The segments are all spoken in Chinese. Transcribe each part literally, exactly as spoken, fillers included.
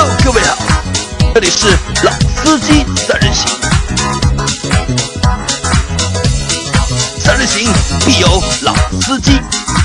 Hello， 各位好，这里是老司机三人行，三人行必有老司机。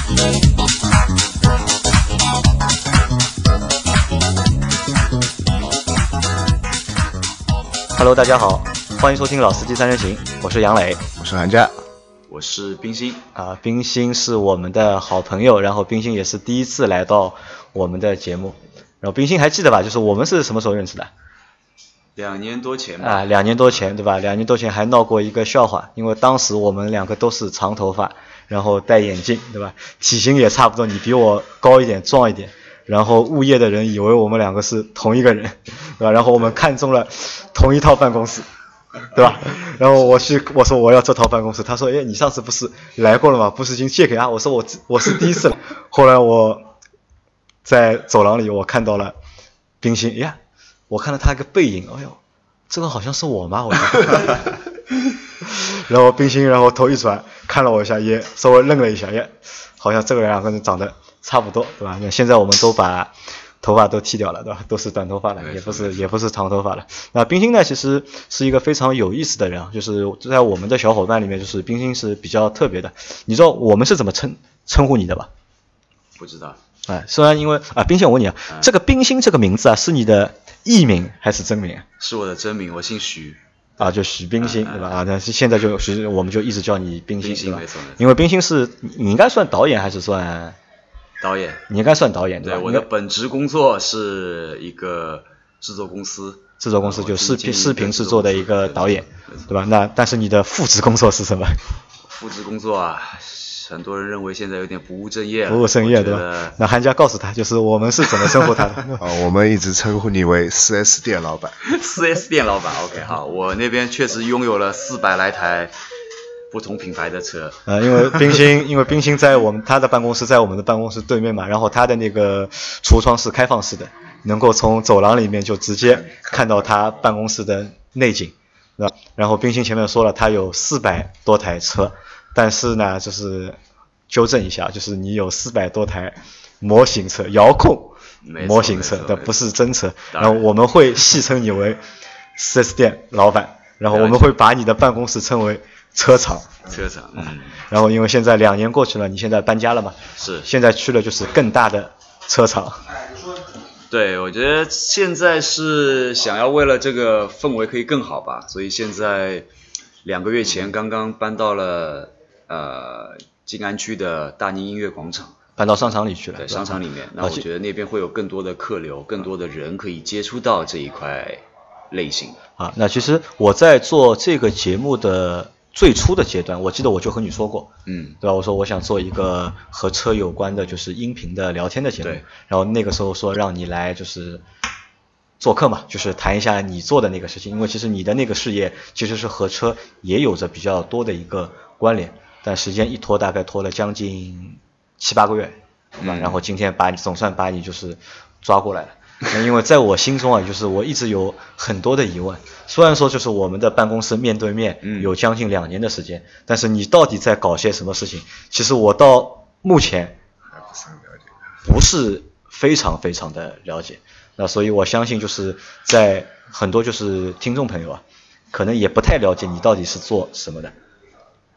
Hello， 大家好，欢迎收听老司机三人行，我是杨磊， 我是韩佳， 我是冰心啊，冰心是我们的好朋友，然后冰心也是第一次来到我们的节目，然后冰心还记得吧？就是我们是什么时候认识的？ 两年多前吧。 啊，两年多前对吧？两年多前还闹过一个笑话，因为当时我们两个都是长头发，然后戴眼镜对吧？体型也差不多，你比我高一点，壮一点。然后物业的人以为我们两个是同一个人，对吧？然后我们看中了同一套办公室，对吧？然后我去我说我要这套办公室，他说哎你上次不是来过了吗？不是已经借给他？我说我我是第一次来。后来我在走廊里我看到了冰心，哎呀，我看到他一个背影，哎呦，这个好像是我吗？我觉得。然后冰心然后头一转看了我一下，也稍微愣了一下，也好像这个两个人长得差不多，对吧？那现在我们都把头发都剃掉了，对吧？都是短头发了，也不是也不是长头发了。那冰心呢，其实是一个非常有意思的人，就是在我们的小伙伴里面，就是冰心是比较特别的。你知道我们是怎么称称呼你的吧？ 不知道。 哎，虽然因为啊，冰心，我问你啊，嗯、这个冰心这个名字啊，是你的艺名还是真名？ 是我的真名，我姓徐。 啊，就许冰心，对吧？啊，但是现在就实我们就一直叫你冰心， 冰心对吧？因为冰心是你应该算导演还是算导演？ 你应该算导演，对吧？ 对，我的本职工作是一个制作公司， 制作公司就视频视频制作的一个导演，对吧？那但是你的副职工作是什么？ 副职工作啊。很多人认为现在有点不务正业了， 不务正业对吧？那韩家告诉他，就是我们是怎么称呼他的？ 啊，我们一直称呼你为 四 S 店老板。 四 S 店老板 ，OK， 好，我那边确实拥有了四百来台不同品牌的车。 呃，因为冰心，因为冰心在我们他的办公室在我们的办公室对面嘛，然后他的那个橱窗是开放式的，能够从走廊里面就直接看到他办公室的内景，对吧？然后冰心前面说了，他有四百多台车。但是呢，就是纠正一下，就是你有四百多台模型车，遥控模型车的，不是真车。然后我们会戏称你为 四 S 店老板，然后我们会把你的办公室称为车厂。 车厂，嗯。 然后因为现在两年过去了，你现在搬家了嘛？ 是。 现在去了就是更大的车厂。 对，我觉得现在是想要为了这个氛围可以更好吧，所以现在两个月前刚刚搬到了。呃，静安区的大宁音乐广场， 搬到商场里去了。 对，商场里面。那我觉得那边会有更多的客流，更多的人可以接触到这一块类型。 啊，那其实我在做这个节目的最初的阶段，我记得我就和你说过， 嗯， 对吧？我说我想做一个和车有关的，就是音频的聊天的节目。 对。 然后那个时候说让你来就是做客嘛，就是谈一下你做的那个事情，因为其实你的那个事业其实是和车也有着比较多的一个关联。但时间一拖，大概拖了将近七八个月，对吧？嗯、然后今天把你总算把你就是抓过来了。那因为在我心中啊，就是我一直有很多的疑问。虽然说就是我们的办公室面对面有将近两年的时间，嗯、但是你到底在搞些什么事情？其实我到目前不是非常非常的了解。那所以我相信就是在很多就是听众朋友啊，可能也不太了解你到底是做什么的。啊、uh, ，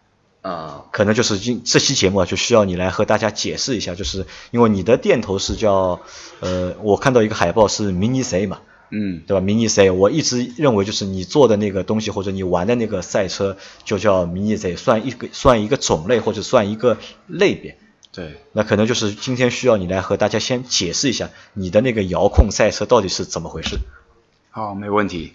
可能就是今这期节目啊，就需要你来和大家解释一下，就是因为你的店头是叫，呃，我看到一个海报是 Mini C 嘛， 嗯， 对吧 ？Mini C， 我一直认为就是你做的那个东西或者你玩的那个赛车就叫 Mini C， 算一个算一个种类或者算一个类别。 对， 那可能就是今天需要你来和大家先解释一下你的那个遥控赛车到底是怎么回事。 好，没问题。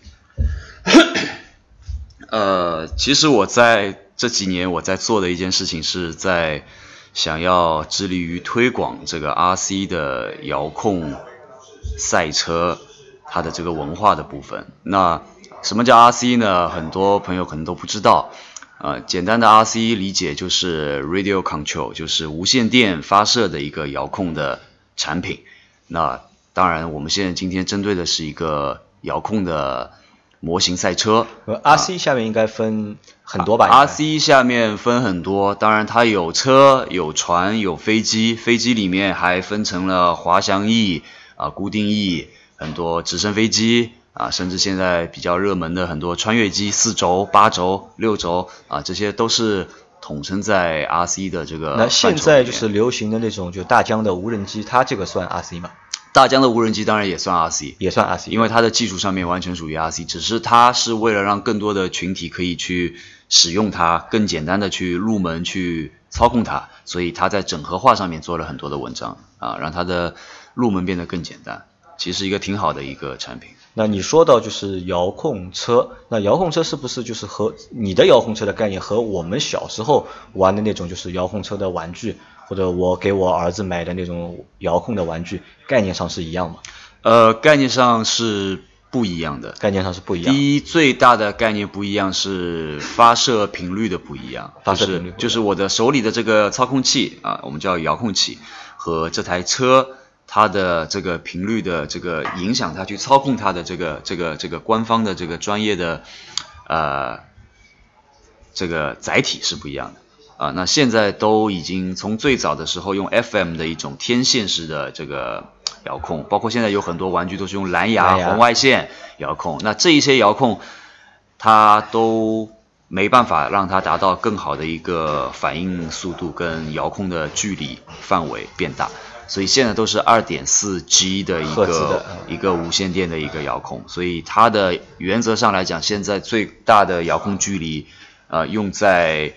呃，其实我在这几年我在做的一件事情是在想要致力于推广这个 R C 的遥控赛车它的这个文化的部分。那什么叫 R C 呢？很多朋友可能都不知道。呃，简单的 R C 理解就是 Radio Control， 就是无线电发射的一个遥控的产品。那当然我们现在今天针对的是一个遥控的模型赛车。 R C 下面应该分很多吧、 啊、R C 下面分很多，当然它有车有船有飞机，飞机里面还分成了滑翔翼啊、固定翼很多直升飞机啊，甚至现在比较热门的很多穿越机，四轴、八轴、六轴啊，这些都是统称在 R C 的这个。 那现在就是流行的那种就大疆的无人机，它这个算 R C 吗？ 大疆的无人机当然也算 R C， 也算 R C， 因为它的技术上面完全属于 R C， 只是它是为了让更多的群体可以去使用它，更简单的去入门去操控它，所以它在整合化上面做了很多的文章啊，让它的入门变得更简单，其实一个挺好的一个产品。 那你说到就是遥控车，那遥控车是不是就是和你的遥控车的概念和我们小时候玩的那种就是遥控车的玩具，或者我给我儿子买的那种遥控的玩具概念上是一样吗？ 呃，概念上是不一样的， 概念上是不一样的。 第一，最大的概念不一样是发射频率的不一样， 发射频率不一样， 就是就是我的手里的这个操控器啊，我们叫遥控器，和这台车它的这个频率的这个影响，它去操控它的这个这个这个官方的这个专业的呃这个载体是不一样的啊。那现在都已经从最早的时候用 F M 的一种天线式的这个遥控，包括现在有很多玩具都是用蓝牙、 蓝牙红外线遥控，那这一些遥控它都没办法让它达到更好的一个反应速度跟遥控的距离范围变大。所以现在都是 二点四 G 的一个的一个无线电的一个遥控，所以它的原则上来讲，现在最大的遥控距离，呃，用在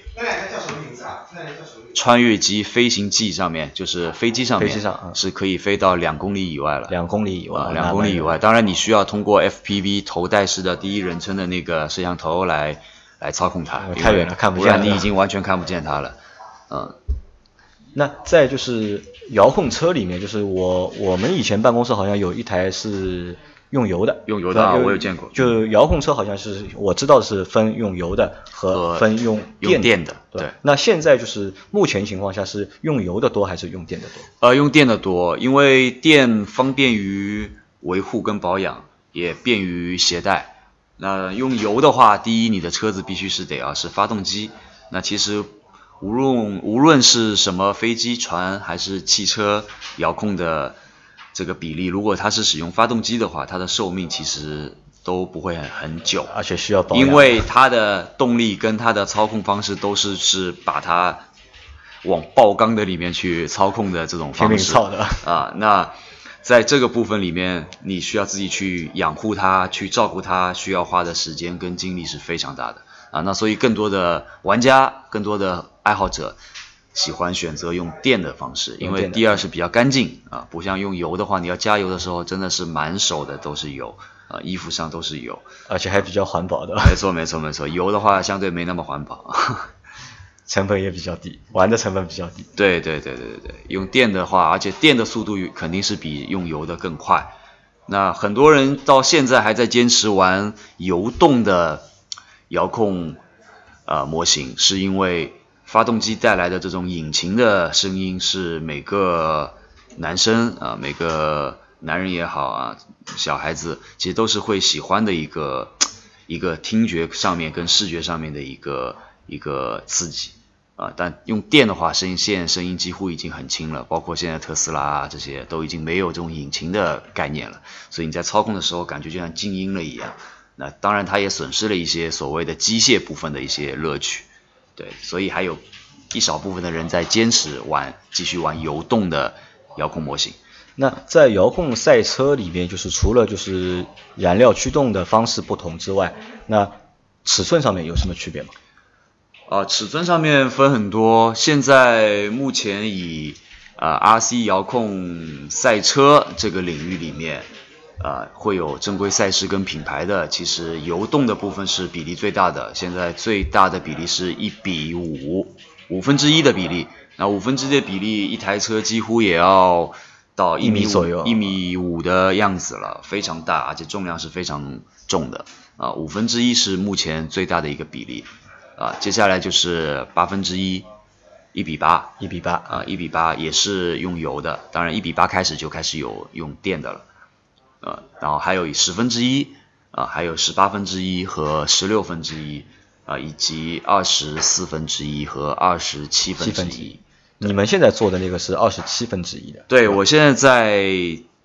穿越机飞行器上面，就是飞机上面， 飞机上、嗯、 是可以飞到两公里以外了。 两公里以外， 啊、两公里以外，当然你需要通过 F P V 头戴式的第一人称的那个摄像头来来操控它， 太远了看不见， 不然你已经完全看不见它了，嗯。 那在就是遥控车里面，就是我我们以前办公室好像有一台是用油的， 用油的啊，我有见过。 就遥控车好像是我知道是分用油的和分用电的。 用电的，对。 对。那现在就是目前情况下是用油的多还是用电的多？ 呃，用电的多，因为电方便于维护跟保养，也便于携带。那用油的话，第一，你的车子必须是得要是发动机。那其实无论无论是什么飞机、船还是汽车遥控的这个比例，如果它是使用发动机的话，它的寿命其实都不会很很久， 而且需要保养， 因为它的动力跟它的操控方式都是是把它往爆缸的里面去操控的这种方式啊。那在这个部分里面，你需要自己去养护它、去照顾它，需要花的时间跟精力是非常大的啊。那所以更多的玩家、更多的爱好者喜欢选择用电的方式，因为第二是比较干净啊，不像用油的话，你要加油的时候真的是满手的都是油啊，衣服上都是油， 而且还比较环保的。 没错没错没错，油的话相对没那么环保， 成本也比较低，玩的成本比较低。 对对对对对，用电的话，而且电的速度肯定是比用油的更快。那很多人到现在还在坚持玩油动的遥控呃模型，是因为发动机带来的这种引擎的声音是每个男生啊、呃，每个男人也好啊，小孩子其实都是会喜欢的一个一个听觉上面跟视觉上面的一个一个刺激啊、呃。但用电的话，声音现在声音几乎已经很轻了，包括现在特斯拉啊这些都已经没有这种引擎的概念了，所以你在操控的时候感觉就像静音了一样。那当然它也损失了一些所谓的机械部分的一些乐趣。对，所以还有一少部分的人在坚持玩，继续玩油动的遥控模型。 那在遥控赛车里面，就是除了就是燃料驱动的方式不同之外，那尺寸上面有什么区别吗？ 啊、呃，尺寸上面分很多。现在目前以呃 R C 遥控赛车这个领域里面，呃，会有正规赛事跟品牌的，其实油动的部分是比例最大的，现在最大的比例是一比五，五分之一的比例。那五分之一的比例，一台车几乎也要到一米左右，一米五的样子了，非常大，而且重量是非常重的啊。五分之一是目前最大的一个比例啊，接下来就是八分之一，一比八， 一比八啊，一比八也是用油的，当然一比八开始就开始有用电的了。呃，然后还有十分之一啊，还有十八分之一和十六分之一啊，以及二十四分之一和二十七分之一。 你们现在做的那个是二十七分之一的？ 对，我现在在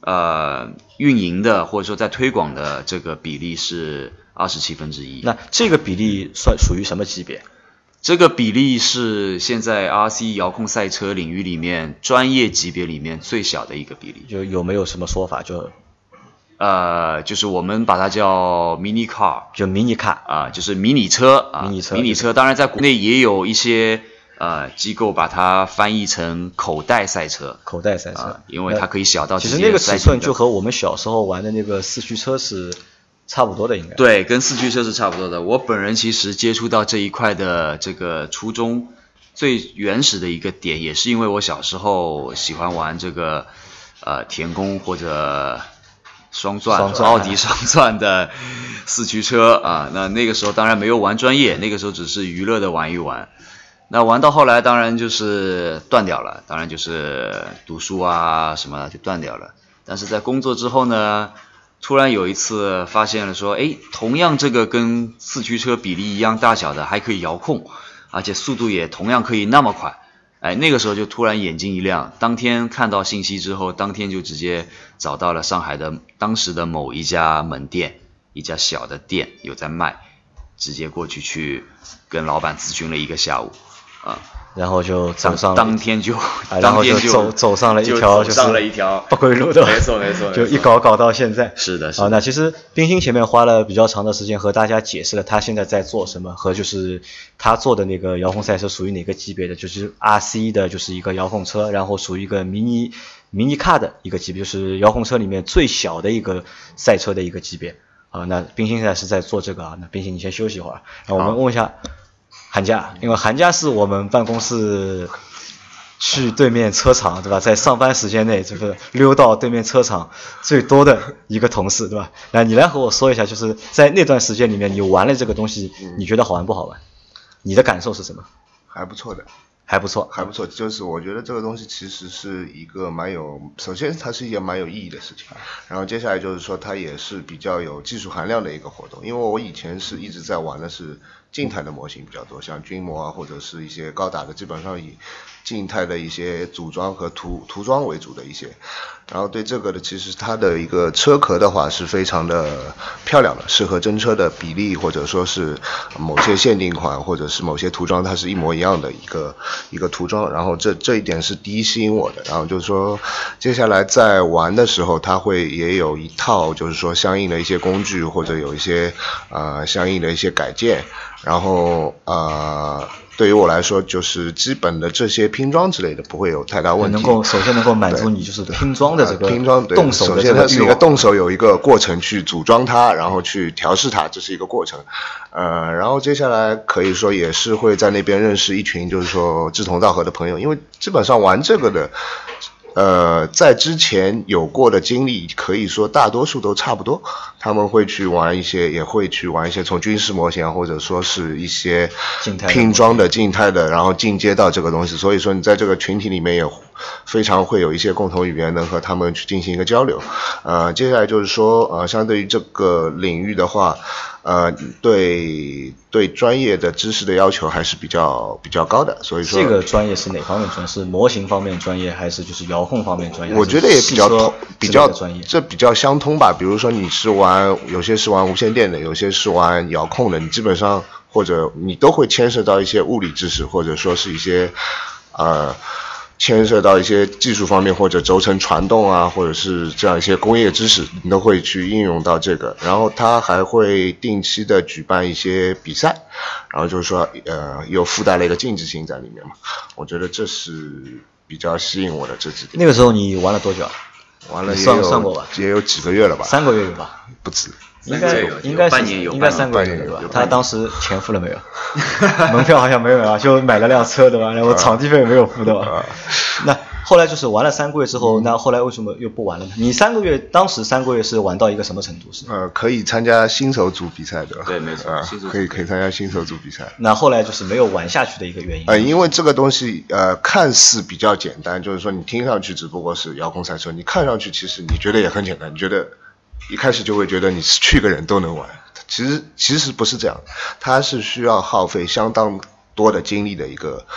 呃运营的或者说在推广的这个比例是二十七分之一。 那这个比例算属于什么级别？ 这个比例是现在 R C 遥控赛车领域里面专业级别里面最小的一个比例。 就有没有什么说法？就呃，就是我们把它叫 mini car， 就迷你卡啊，就是迷你车啊， 迷你车， 迷你车。当然，在国内也有一些呃机构把它翻译成口袋赛车。 口袋赛车， 啊、因为它可以小到其实那个尺寸就和我们小时候玩的那个四驱车是差不多的，应该。 对，跟四驱车是差不多的。我本人其实接触到这一块的这个初衷，最原始的一个点，也是因为我小时候喜欢玩这个呃田宫或者双钻、 双钻奥迪双钻的四驱车啊。那那个时候当然没有玩专业，那个时候只是娱乐的玩一玩。那玩到后来当然就是断掉了，当然就是读书啊什么就断掉了。但是在工作之后呢，突然有一次发现了说，诶，同样这个跟四驱车比例一样大小的还可以遥控，而且速度也同样可以那么快。哎，那个时候就突然眼睛一亮，当天看到信息之后，当天就直接找到了上海的当时的某一家门店，一家小的店有在卖，直接过去去跟老板咨询了一个下午啊。 然后就走上了当天就、 啊、然当天后就走走上了一条就走上了一条不归路的， 没错没错， 就一搞搞到现在。 是的，是的。 啊，那其实冰心前面花了比较长的时间和大家解释了他现在在做什么，和就是他做的那个遥控赛车属于哪个级别的，就是 R C 的，就是一个遥控车，然后属于一个迷你迷你卡的一个级别，就是遥控车里面最小的一个赛车的一个级别。啊，那冰心现在是在做这个啊，那冰心你先休息一会儿，然后我们问一下韩家，因为韩家是我们办公室去对面车场，对吧？在上班时间内，这个溜到对面车场最多的一个同事，对吧？那你来和我说一下，就是在那段时间里面，你玩了这个东西，你觉得好玩不好玩？你的感受是什么？ 还不错的。 还不错， 还不错，就是我觉得这个东西其实是一个蛮有，首先它是一件蛮有意义的事情，然后接下来就是说它也是比较有技术含量的一个活动，因为我以前是一直在玩的是静态的模型比较多，像军模啊或者是一些高达的，基本上以静态的一些组装和涂涂装为主的一些，然后对这个的其实它的一个车壳的话是非常的漂亮的，适合真车的比例或者说是某些限定款或者是某些涂装它是一模一样的一个一个涂装，然后这这一点是第一吸引我的，然后就是说接下来在玩的时候它会也有一套就是说相应的一些工具或者有一些呃相应的一些改件，然后呃对于我来说就是基本的这些拼装之类的不会有太大问题， 能够首先能够满足你就是拼装的这个拼装动手的这个欲望， 首先它是一个动手有一个过程去组装它，然后去调试它，这是一个过程。呃，然后接下来可以说也是会在那边认识一群就是说志同道合的朋友，因为基本上玩这个的呃，在之前有过的经历可以说大多数都差不多，他们会去玩一些，也会去玩一些从军事模型或者说是一些拼装的静态的，然后进阶到这个东西，所以说你在这个群体里面也非常会有一些共同语言能和他们去进行一个交流。呃，接下来就是说呃，相对于这个领域的话呃，对对专业的知识的要求还是比较比较高的，所以说这个专业是哪方面专业？是模型方面专业，还是就是遥控方面专业？ 我觉得也比较通，比较专业， 这比较相通吧。比如说你是玩，有些是玩无线电的，有些是玩遥控的，你基本上或者你都会牵涉到一些物理知识，或者说是一些呃。牵涉到一些技术方面或者轴承传动啊，或者是这样一些工业知识，你都会去应用到这个。然后他还会定期的举办一些比赛，然后就是说呃又附带了一个竞技性在里面嘛。我觉得这是比较吸引我的这几点。 那个时候你玩了多久？ 玩了也有算过吧， 也有几个月了吧？ 三个月有吧？ 不止。 应该应该是应该三个月对吧？他当时钱付了没有？门票好像没有啊，就买了辆车对吧？然后场地费也没有付的吧？那后来就是玩了三个月之后，那后来为什么又不玩了呢？你三个月当时三个月是玩到一个什么程度？是呃，可以参加新手组比赛的。 对，没错， 呃、可以可以参加新手组比赛。 那后来就是没有玩下去的一个原因。 呃，因为这个东西呃看似比较简单，就是说你听上去只不过是遥控赛车，你看上去其实你觉得也很简单，你觉得一开始就会觉得你去个人都能玩，其实其实不是这样，它是需要耗费相当多的精力的一个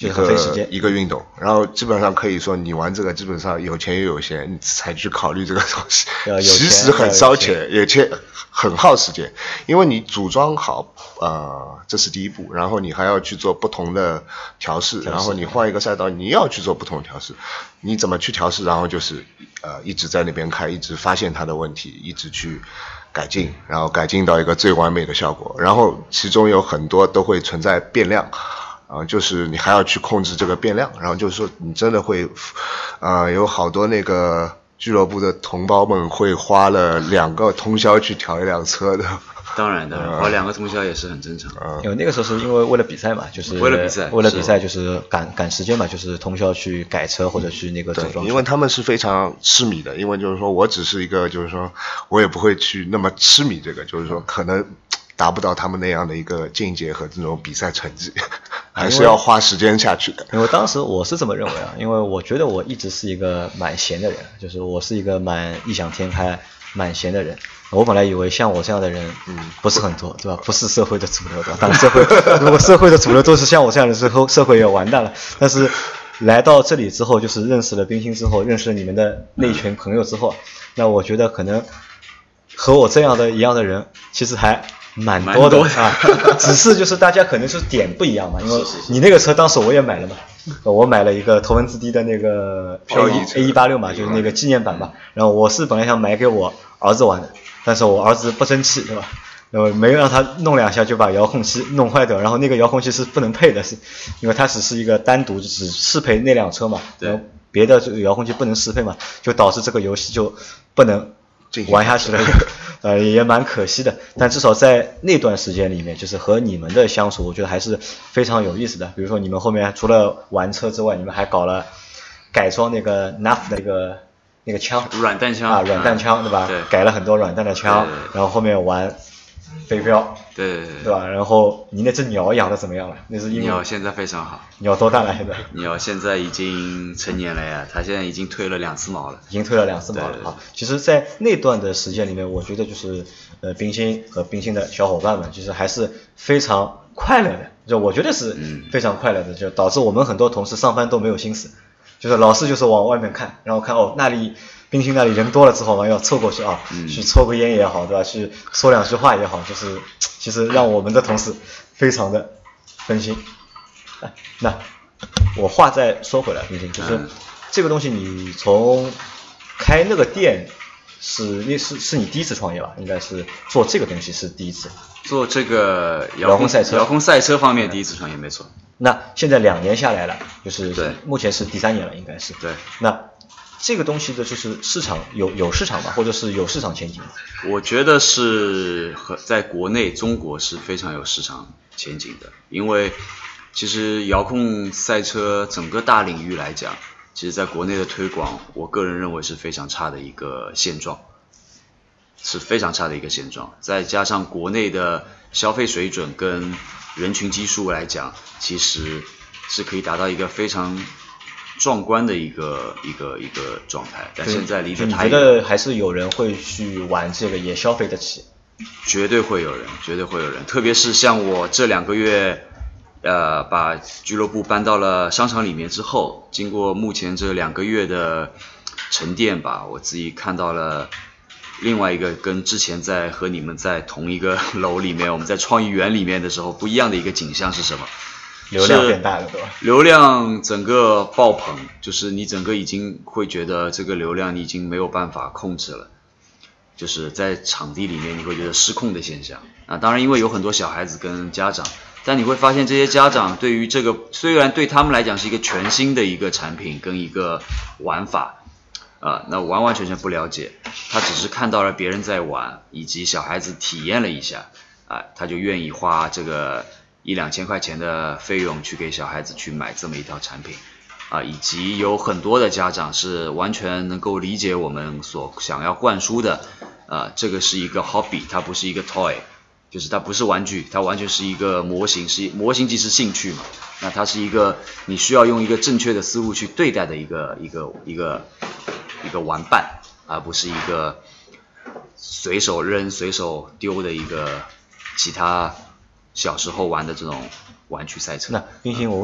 一很费时间个一个运动，然后基本上可以说你玩这个基本上有钱又有闲，你才去考虑这个东西，其实很烧钱，也且很耗时间，因为你组装好，呃，这是第一步，然后你还要去做不同的调试，然后你换一个赛道，你要去做不同的调试，你怎么去调试？然后就是呃一直在那边开，一直发现它的问题，一直去改进，然后改进到一个最完美的效果，然后其中有很多都会存在变量。啊、呃，就是你还要去控制这个变量，然后就是说你真的会，呃，有好多那个俱乐部的同胞们会花了两个通宵去调一辆车的。 当然当然，花两个通宵也是很正常。 嗯，因为那个时候是因为为了比赛嘛，就是为了比赛， 为了比赛就是赶赶时间嘛，就是通宵去改车或者去那个组装。 因为他们是非常痴迷的，因为就是说我只是一个，就是说我也不会去那么痴迷这个，就是说可能达不到他们那样的一个境界和这种比赛成绩。还是要花时间下去的。 因为当时我是这么认为啊，因为我觉得我一直是一个蛮闲的人，就是我是一个蛮异想天开、蛮闲的人。我本来以为像我这样的人，嗯，不是很多，对吧？不是社会的主流，对吧？当然社会，如果社会的主流都是像我这样的时候，社会也完蛋了。但是来到这里之后，就是认识了冰心之后，认识了你们的那群朋友之后，那我觉得可能和我这样的一样的人，其实还蛮多的啊，只是就是大家可能是点不一样嘛，因为你那个车当时我也买了嘛，我买了一个头文字 D 的那个 A 一八六嘛，就是那个纪念版嘛，然后我是本来想买给我儿子玩的，但是我儿子不争气，对吧？然后没让他弄两下就把遥控器弄坏掉，然后那个遥控器是不能配的，是因为它只是一个单独只适配那辆车嘛，然后别的这个遥控器不能适配嘛，就导致这个游戏就不能玩下去了。呃，也蛮可惜的，但至少在那段时间里面，就是和你们的相处，我觉得还是非常有意思的。比如说，你们后面除了玩车之外，你们还搞了改装那个 N A F 的那个那个枪， 软弹枪啊，软弹枪，对吧？ 对， 改了很多软弹的枪，然后后面玩飞镖， 对对对， 对吧？然后你那只鸟养的怎么样了？那只鸟现在非常好。 鸟多大了？现在？ 鸟现在已经成年了呀，它现在已经退了两次毛了。 已经退了两次毛了啊！其实，在那段的时间里面，我觉得就是呃，冰心和冰心的小伙伴们，其实还是非常快乐的。就我觉得是非常快乐的，就导致我们很多同事上班都没有心思，就是老是就是往外面看，然后看哦那里冰心那里人多了之后嘛，要凑过去啊， 嗯、 去抽个烟也好，对吧？去说两句话也好，就是其实让我们的同事非常的分心。哎，那我话再说回来，冰心就是这个东西，你从开那个店是那是是你第一次创业吧？应该是做这个东西是第一次。 做这个遥控赛车， 遥控赛车方面第一次创业没错。 那现在两年下来了，就是目前是第三年了，应该是。 对。 那这个东西的就是市场有有市场吗？或者是有市场前景吗？ 我觉得是和在国内中国是非常有市场前景的，因为其实遥控赛车整个大领域来讲，其实在国内的推广，我个人认为是非常差的一个现状，是非常差的一个现状。再加上国内的消费水准跟人群基数来讲，其实是可以达到一个非常壮观的一个一个一个状态，但现在离得太远。 你觉得还是有人会去玩这个，也消费得起？ 绝对会有人，绝对会有人，特别是像我这两个月。呃，把俱乐部搬到了商场里面之后，经过目前这两个月的沉淀吧，我自己看到了另外一个跟之前在和你们在同一个楼里面，我们在创意园里面的时候不一样的一个景象是什么？ 流量变大了，对吧？ 流量整个爆棚，就是你整个已经会觉得这个流量你已经没有办法控制了，就是在场地里面你会觉得失控的现象。啊，当然因为有很多小孩子跟家长。但你会发现这些家长对于这个虽然对他们来讲是一个全新的一个产品跟一个玩法啊、呃，那完完全全不了解，他只是看到了别人在玩以及小孩子体验了一下啊、呃，他就愿意花这个一两千块钱的费用去给小孩子去买这么一套产品啊、呃，以及有很多的家长是完全能够理解我们所想要灌输的啊、呃，这个是一个 hobby， 它不是一个 toy。就是它不是玩具，它完全是一个模型，是模型即是兴趣嘛。那它是一个你需要用一个正确的思路去对待的一个一个一个一个玩伴，而不是一个随手扔、随手丢的一个其他小时候玩的这种玩具赛车。 那冰心，我问你啊，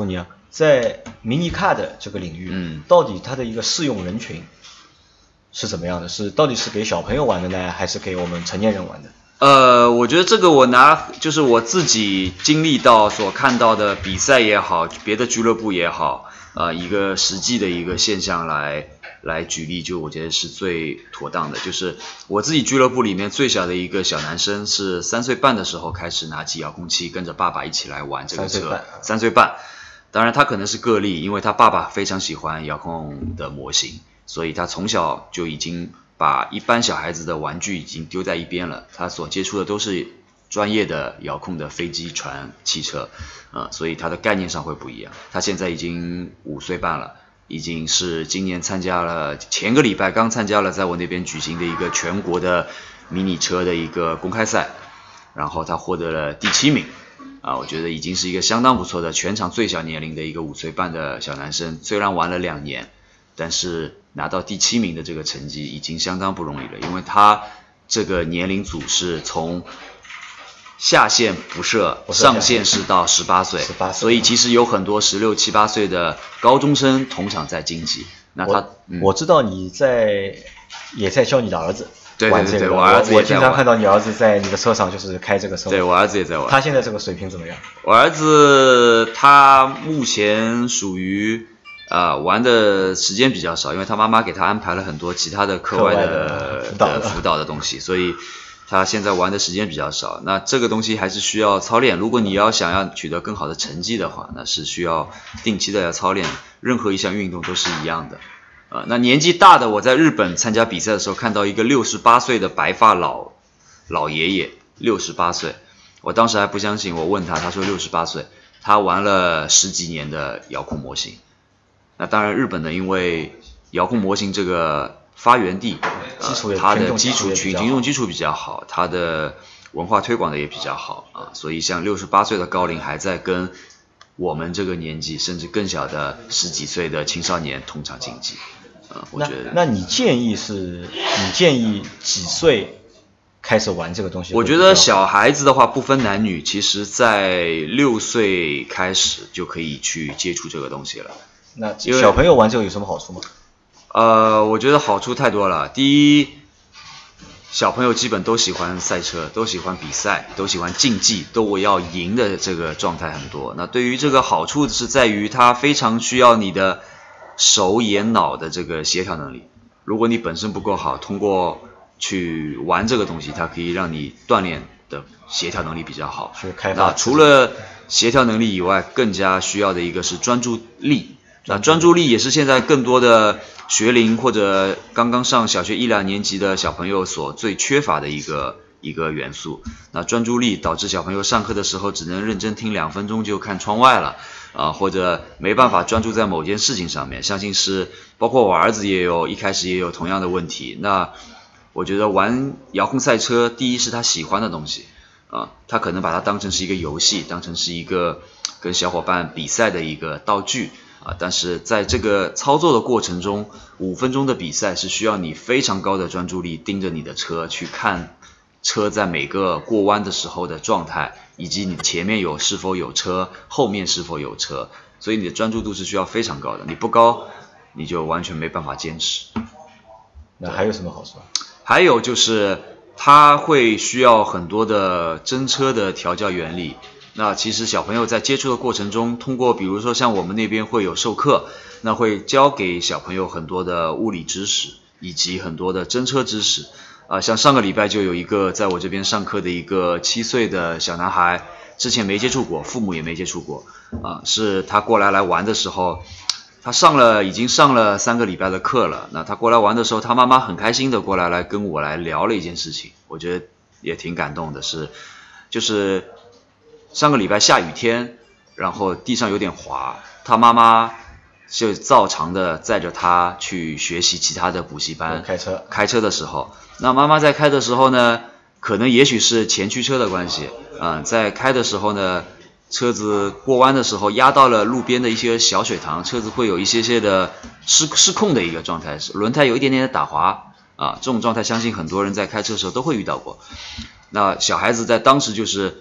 在迷你卡的这个领域， 嗯， 到底它的一个适用人群是怎么样的？是到底是给小朋友玩的呢，还是给我们成年人玩的？ 呃，我觉得这个我拿就是我自己经历到所看到的比赛也好，别的俱乐部也好，呃，一个实际的一个现象来来举例，就我觉得是最妥当的。就是我自己俱乐部里面最小的一个小男生是三岁半的时候开始拿起遥控器，跟着爸爸一起来玩这个车。三岁半。三岁半，当然他可能是个例，因为他爸爸非常喜欢遥控的模型，所以他从小就已经把一般小孩子的玩具已经丢在一边了，他所接触的都是专业的遥控的飞机、船、汽车，呃，所以他的概念上会不一样。他现在已经五岁半了，已经是今年参加了，前个礼拜刚参加了在我那边举行的一个全国的迷你车的一个公开赛，然后他获得了第七名。啊，我觉得已经是一个相当不错的全场最小年龄的一个五岁半的小男生，虽然玩了两年，但是拿到第七名的这个成绩已经相当不容易了，因为他这个年龄组是从下限不设，上限是到十八岁，所以其实有很多十六七八岁的高中生同场在竞技。那他， 我、嗯、我知道你在也在教你的儿子。 对对对， 这个、 我儿子也在玩。 我经常看到你儿子在你的车上就是开这个车。 对，我儿子也在玩。 他现在这个水平怎么样？ 我儿子他目前属于啊、呃、玩的时间比较少，因为他妈妈给他安排了很多其他的课外的辅导 的, 的辅导的东西，所以他现在玩的时间比较少。那这个东西还是需要操练，如果你要想要取得更好的成绩的话，那是需要定期的要操练，任何一项运动都是一样的。呃，那年纪大的，我在日本参加比赛的时候，看到一个六十八岁的白发老老爷爷，六十八岁，我当时还不相信，我问他，他说六十八岁，他玩了十几年的遥控模型。那当然，日本呢，因为遥控模型这个发源地，呃、它的基础群群众基础比较好，它的文化推广的也比较好啊，所以像六十八岁的高龄还在跟我们这个年纪甚至更小的十几岁的青少年同场竞技。呃、我觉得那那你建议是你建议几岁开始玩这个东西？ 我觉得小孩子的话不分男女，其实在六岁开始就可以去接触这个东西了。 那小朋友玩这个有什么好处吗？ 呃，我觉得好处太多了。第一，小朋友基本都喜欢赛车，都喜欢比赛，都喜欢竞技，都要赢的这个状态很多。那对于这个好处是在于它非常需要你的手眼脑的这个协调能力。如果你本身不够好，通过去玩这个东西，它可以让你锻炼的协调能力比较好。那除了协调能力以外，更加需要的一个是专注力。那专注力也是现在更多的学龄或者刚刚上小学一两年级的小朋友所最缺乏的一个一个元素。那专注力导致小朋友上课的时候只能认真听两分钟就看窗外了啊、呃，或者没办法专注在某件事情上面。相信是包括我儿子也有一开始也有同样的问题。那我觉得玩遥控赛车，第一是他喜欢的东西啊、呃，他可能把它当成是一个游戏，当成是一个跟小伙伴比赛的一个道具。啊，但是在这个操作的过程中，五分钟的比赛是需要你非常高的专注力，盯着你的车去看车在每个过弯的时候的状态，以及你前面有是否有车，后面是否有车，所以你的专注度是需要非常高的，你不高，你就完全没办法坚持。 那还有什么好处？ 还有就是它会需要很多的真车的调教原理。那其实小朋友在接触的过程中，通过比如说像我们那边会有授课，那会教给小朋友很多的物理知识以及很多的真车知识啊、呃，像上个礼拜就有一个在我这边上课的一个七岁的小男孩，之前没接触过，父母也没接触过啊、呃，是他过来来玩的时候，他上了已经上了三个礼拜的课了。那他过来玩的时候，他妈妈很开心的过来来跟我来聊了一件事情，我觉得也挺感动的，是就是上个礼拜下雨天，然后地上有点滑，他妈妈就照常的载着他去学习其他的补习班。 开车开车的时候，那妈妈在开的时候呢，可能也许是前驱车的关系，嗯，在开的时候呢，车子过弯的时候压到了路边的一些小水塘，车子会有一些些的失失控的一个状态，轮胎有一点点的打滑啊，这种状态相信很多人在开车的时候都会遇到过。那小孩子在当时就是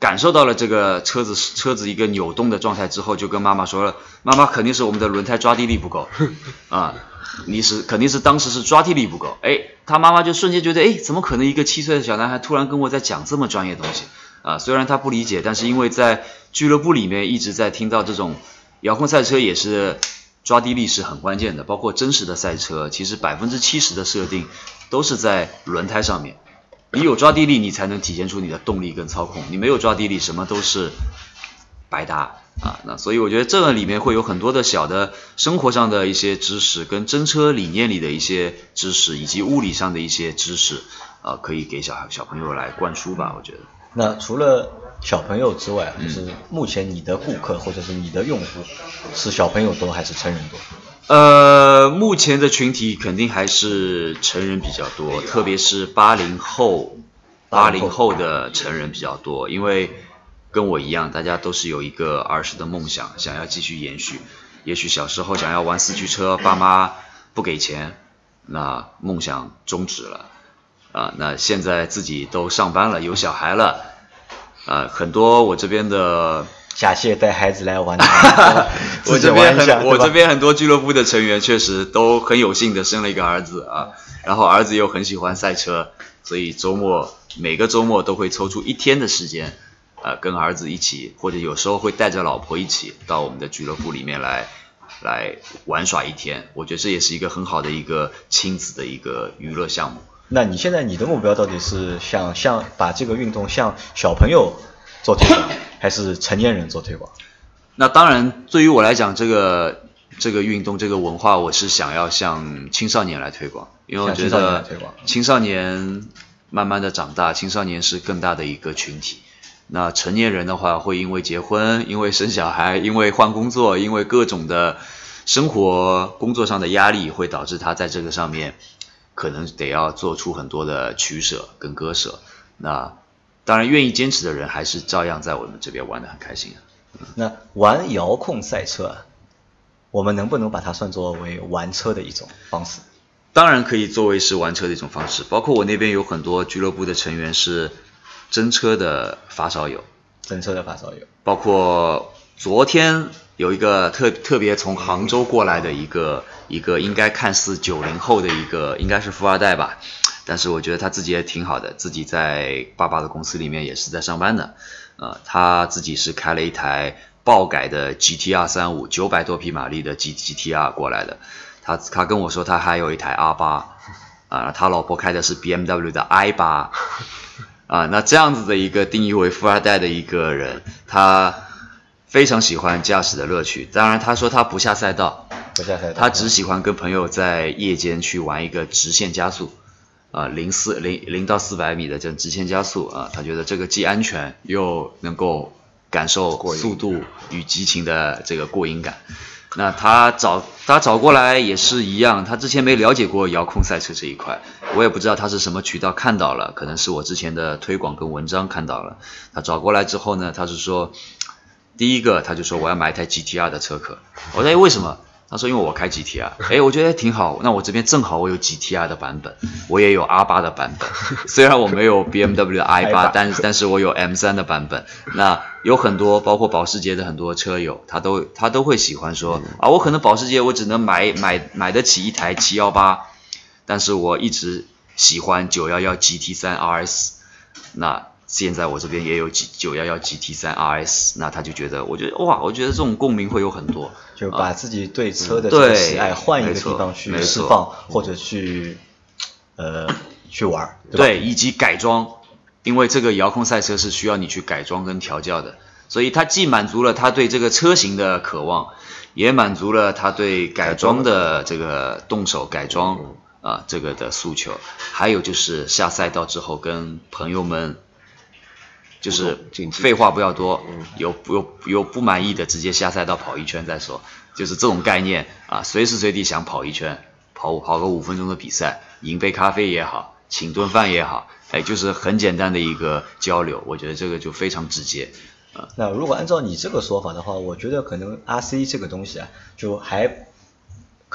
感受到了这个车子车子一个扭动的状态之后，就跟妈妈说了，妈妈肯定是我们的轮胎抓地力不够啊，你是肯定是当时是抓地力不够，哎，他妈妈就瞬间觉得，哎，怎么可能一个七岁的小男孩突然跟我在讲这么专业的东西啊？虽然他不理解，但是因为在俱乐部里面一直在听到这种遥控赛车也是抓地力是很关键的，包括真实的赛车，其实百分之七十的设定都是在轮胎上面。你有抓地力，你才能体现出你的动力跟操控。你没有抓地力，什么都是白搭啊。那所以我觉得这个里面会有很多的小的生活上的一些知识，跟真车理念里的一些知识，以及物理上的一些知识，啊，可以给小小朋友来灌输吧。我觉得。 那除了小朋友之外，就是目前你的顾客或者是你的用户是小朋友多还是成人多？ 呃，目前的群体肯定还是成人比较多，特别是八零后，八零后的成人比较多，因为跟我一样，大家都是有一个儿时的梦想，想要继续延续。也许小时候想要玩四驱车，爸妈不给钱，那梦想终止了。啊，那现在自己都上班了，有小孩了，啊，很多我这边的。 下蟹带孩子来玩的我这边很我这边很多俱乐部的成员确实都很有幸的生了一个儿子啊，然后儿子又很喜欢赛车，所以周末每个周末都会抽出一天的时间，呃，跟儿子一起，或者有时候会带着老婆一起到我们的俱乐部里面来来玩耍一天。我觉得这也是一个很好的一个亲子的一个娱乐项目。 那你现在你的目标到底是想向把这个运动向小朋友做推广，还是成年人做推广？ 那当然，对于我来讲，这个这个运动这个文化，我是想要向青少年来推广，因为我觉得青少年慢慢的长大，青少年是更大的一个群体。那成年人的话，会因为结婚，因为生小孩，因为换工作，因为各种的生活工作上的压力，会导致他在这个上面可能得要做出很多的取舍跟割舍。那当然，愿意坚持的人还是照样在我们这边玩得很开心啊。 嗯、那玩遥控赛车，我们能不能把它算作为玩车的一种方式？ 当然可以作为是玩车的一种方式，包括我那边有很多俱乐部的成员是真车的发烧友， 真车的发烧友， 包括昨天有一个特特别从杭州过来的一个一个应该看似九零后的一个，应该是富二代吧。但是我觉得他自己也挺好的，自己在爸爸的公司里面也是在上班的，呃，他自己是开了一台爆改的 G T R 三十五 九百多匹马力的 G T R 过来的，他他跟我说他还有一台 R 八，啊，他老婆开的是 B M W 的 I 八，啊，那这样子的一个定义为富二代的一个人，他非常喜欢驾驶的乐趣，当然他说他不下赛道， 不下赛道， 他只喜欢跟朋友在夜间去玩一个直线加速。啊，零四零零到四百米的这直线加速啊，他觉得这个既安全又能够感受速度与激情的这个过瘾感。那他找他找过来也是一样，他之前没了解过遥控赛车这一块，我也不知道他是什么渠道看到了，可能是我之前的推广跟文章看到了。他找过来之后呢，他是说，第一个他就说我要买一台 G T R 的车壳，我说哎为什么？他说因为我开 G T R， 哎，我觉得挺好，那我这边正好我有 G T R 的版本，我也有 R 八的版本，虽然我没有 B M W 的 I 八， 但但是我有 M 三的版本。那有很多包括保时捷的很多车友，他都他都会喜欢说啊，我可能保时捷我只能买买买得起一台七一八，但是我一直喜欢九一一 G T 三 R S， 那现在我这边也有九一一 G T 三 R S， 那他就觉得，我觉得哇，我觉得这种共鸣会有很多， 就把自己对车的这个喜爱换一个地方去释放，或者去呃去玩，对吧？ 对，以及改装，因为这个遥控赛车是需要你去改装跟调教的，所以它既满足了他对这个车型的渴望，也满足了他对改装的这个动手改装啊这个的诉求，还有就是下赛道之后跟朋友们。就是废话不要多，有有有不满意的直接下赛道跑一圈再说，就是这种概念啊，随时随地想跑一圈，跑跑个五分钟的比赛，饮杯咖啡也好，请顿饭也好，哎，就是很简单的一个交流，我觉得这个就非常直接。啊、 那如果按照你这个说法的话，我觉得可能 R C 这个东西啊，就还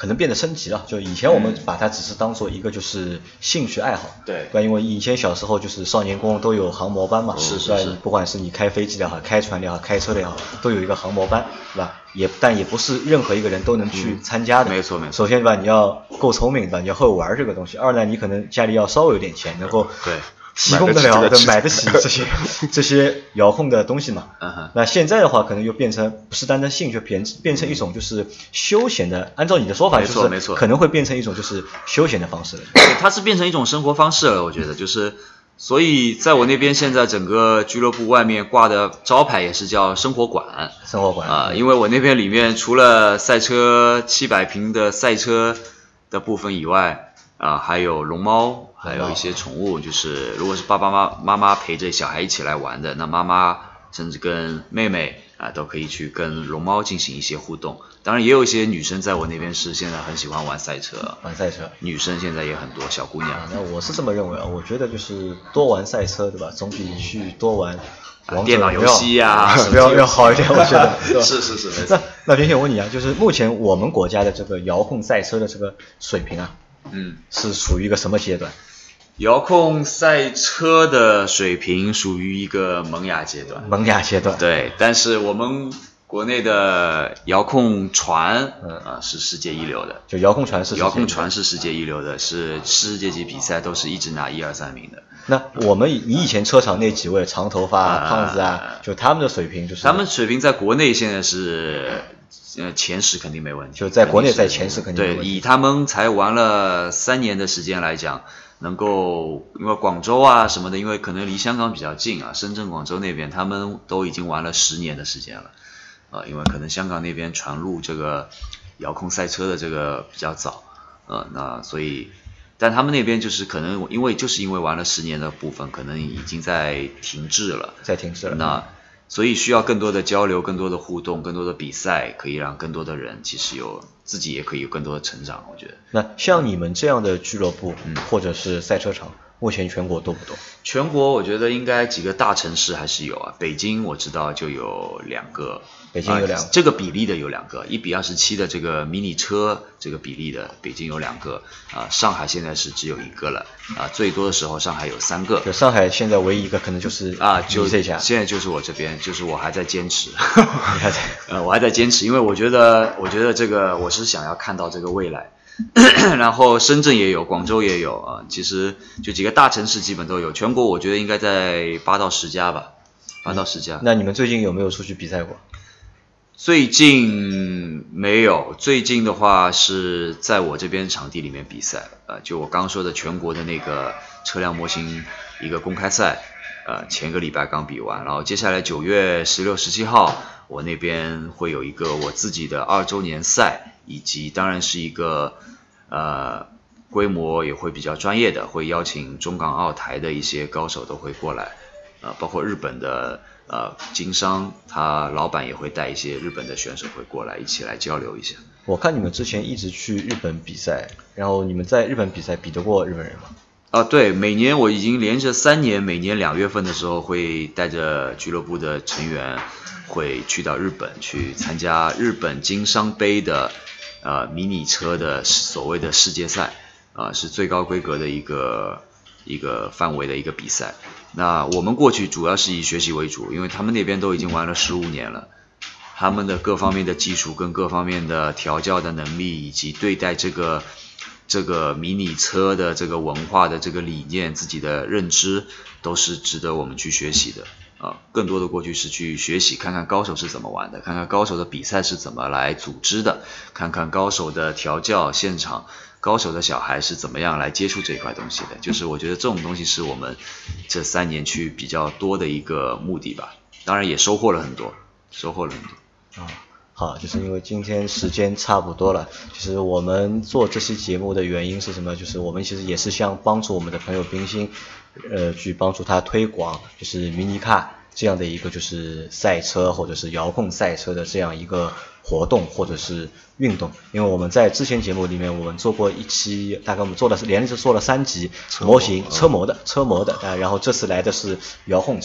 可能变得升级了，就以前我们把它只是当做一个就是兴趣爱好， 对， 对，因为以前小时候就是少年宫都有航模班嘛， 是是是， 不管是你开飞机的也好，开船的也好，开车的也好，都有一个航模班，对吧？也但也不是任何一个人都能去参加的， 嗯、没错没错。 首先对吧，你要够聪明对吧，你要会玩这个东西；二呢，你可能家里要稍微有点钱，能够对。 提供得了的买得起这些这些遥控的东西嘛。 嗯、 那现在的话，可能又变成不是单单兴趣，变变成一种就是休闲的。按照你的说法，就是没错， 可能会变成一种就是休闲的方式了。 对，它是变成一种生活方式了，我觉得就是。所以在我那边，现在整个俱乐部外面挂的招牌也是叫生活馆。 生活馆啊、呃，因为我那边里面除了赛车七百平的赛车的部分以外，啊、呃，还有龙猫。还有一些宠物，就是如果是爸爸妈妈妈陪着小孩一起来玩的，那妈妈甚至跟妹妹啊都可以去跟龙猫进行一些互动。当然也有一些女生在我那边是现在很喜欢玩赛车， 玩赛车， 女生现在也很多，小姑娘。 啊、那我是这么认为啊，我觉得就是多玩赛车，对吧？总比去多玩啊电脑游戏呀、 啊，要要好一点，我觉得。 是是是，没错。那那平平，我问你啊，就是目前我们国家的这个遥控赛车的这个水平啊， 嗯， 是属于一个什么阶段？ 遥控赛车的水平属于一个萌芽阶段， 萌芽阶段。 对，但是我们国内的遥控船，嗯啊、呃、是世界一流的， 就遥控船是遥控船是世界一流的，是世界级比赛都是一直拿一二三名的。 那我们你以前车厂那几位长头发、啊、胖子啊，就他们的水平就是？ 他们水平在国内现在是。呃，前十肯定没问题， 就在国内在前十肯定没问题。 对，以他们才玩了三年的时间来讲，能够因为广州啊什么的，因为可能离香港比较近啊，深圳、广州那边他们都已经玩了十年的时间了，啊、呃，因为可能香港那边传入这个遥控赛车的这个比较早，呃，那所以，但他们那边就是可能因为就是因为玩了十年的部分，可能已经在停滞了， 在停滞了。 那所以需要更多的交流，更多的互动，更多的比赛，可以让更多的人其实有自己也可以有更多的成长，我觉得。 那像你们这样的俱乐部， 嗯， 或者是赛车场，目前全国多不多？ 全国我觉得应该几个大城市还是有啊，北京我知道就有两个。 北京有两个、 啊，这个比例的有两个，一比二十七的这个迷你车这个比例的，北京有两个，啊，上海现在是只有一个了，啊，最多的时候上海有三个。 就上海现在唯一一个可能就是啊，就这家， 现在就是我这边，就是我还在坚持， 你还在， 呃，我还在坚持，因为我觉得，我觉得这个我是想要看到这个未来。然后深圳也有，广州也有啊，其实就几个大城市基本都有，全国我觉得应该在八到十家吧，八到十家。 那你们最近有没有出去比赛过？ 最近没有，最近的话是在我这边场地里面比赛，呃，就我刚说的全国的那个车辆模型一个公开赛，呃，前个礼拜刚比完，然后接下来九月十六、十七号，我那边会有一个我自己的二周年赛，以及当然是一个呃规模也会比较专业的，会邀请中港澳台的一些高手都会过来，呃，包括日本的。呃，经商他老板也会带一些日本的选手会过来一起来交流一下。 我看你们之前一直去日本比赛，然后你们在日本比赛比得过日本人吗？ 啊，对，每年我已经连着三年，每年两月份的时候会带着俱乐部的成员会去到日本去参加日本经商杯的呃迷你车的所谓的世界赛，啊、呃，是最高规格的一个一个范围的一个比赛。那我们过去主要是以学习为主，因为他们那边都已经玩了十五年了，他们的各方面的技术跟各方面的调教的能力，以及对待这个这个迷你车的这个文化的这个理念，自己的认知都是值得我们去学习的啊。更多的过去是去学习，看看高手是怎么玩的，看看高手的比赛是怎么来组织的，看看高手的调教现场。高手的小孩是怎么样来接触这块东西的，就是我觉得这种东西是我们这三年去比较多的一个目的吧，当然也收获了很多，收获了很多。 啊、嗯，好，就是因为今天时间差不多了，其实我们做这期节目的原因是什么？就是我们其实也是想帮助我们的朋友冰心，呃，去帮助他推广就是迷你卡这样的一个就是赛车或者是遥控赛车的这样一个活动或者是运动。因为我们在之前节目里面我们做过一期，大概我们做的是连着做了三集模型车模的车模的啊，然后这次来的是遥控车。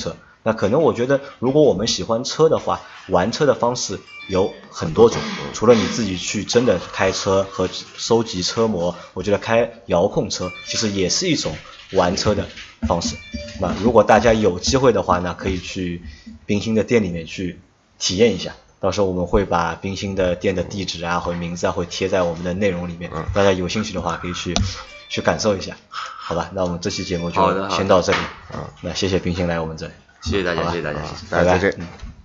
那可能我觉得，如果我们喜欢车的话，玩车的方式有很多种，除了你自己去真的开车和收集车模，我觉得开遥控车其实也是一种玩车的方式。那如果大家有机会的话呢，可以去冰心的店里面去体验一下。到时候我们会把冰心的店的地址啊和名字啊会贴在我们的内容里面，大家有兴趣的话可以去去感受一下，好吧？那我们这期节目就先到这里。那谢谢冰心来我们这里， 谢谢大家，谢谢大家，谢谢， 大家再见。 嗯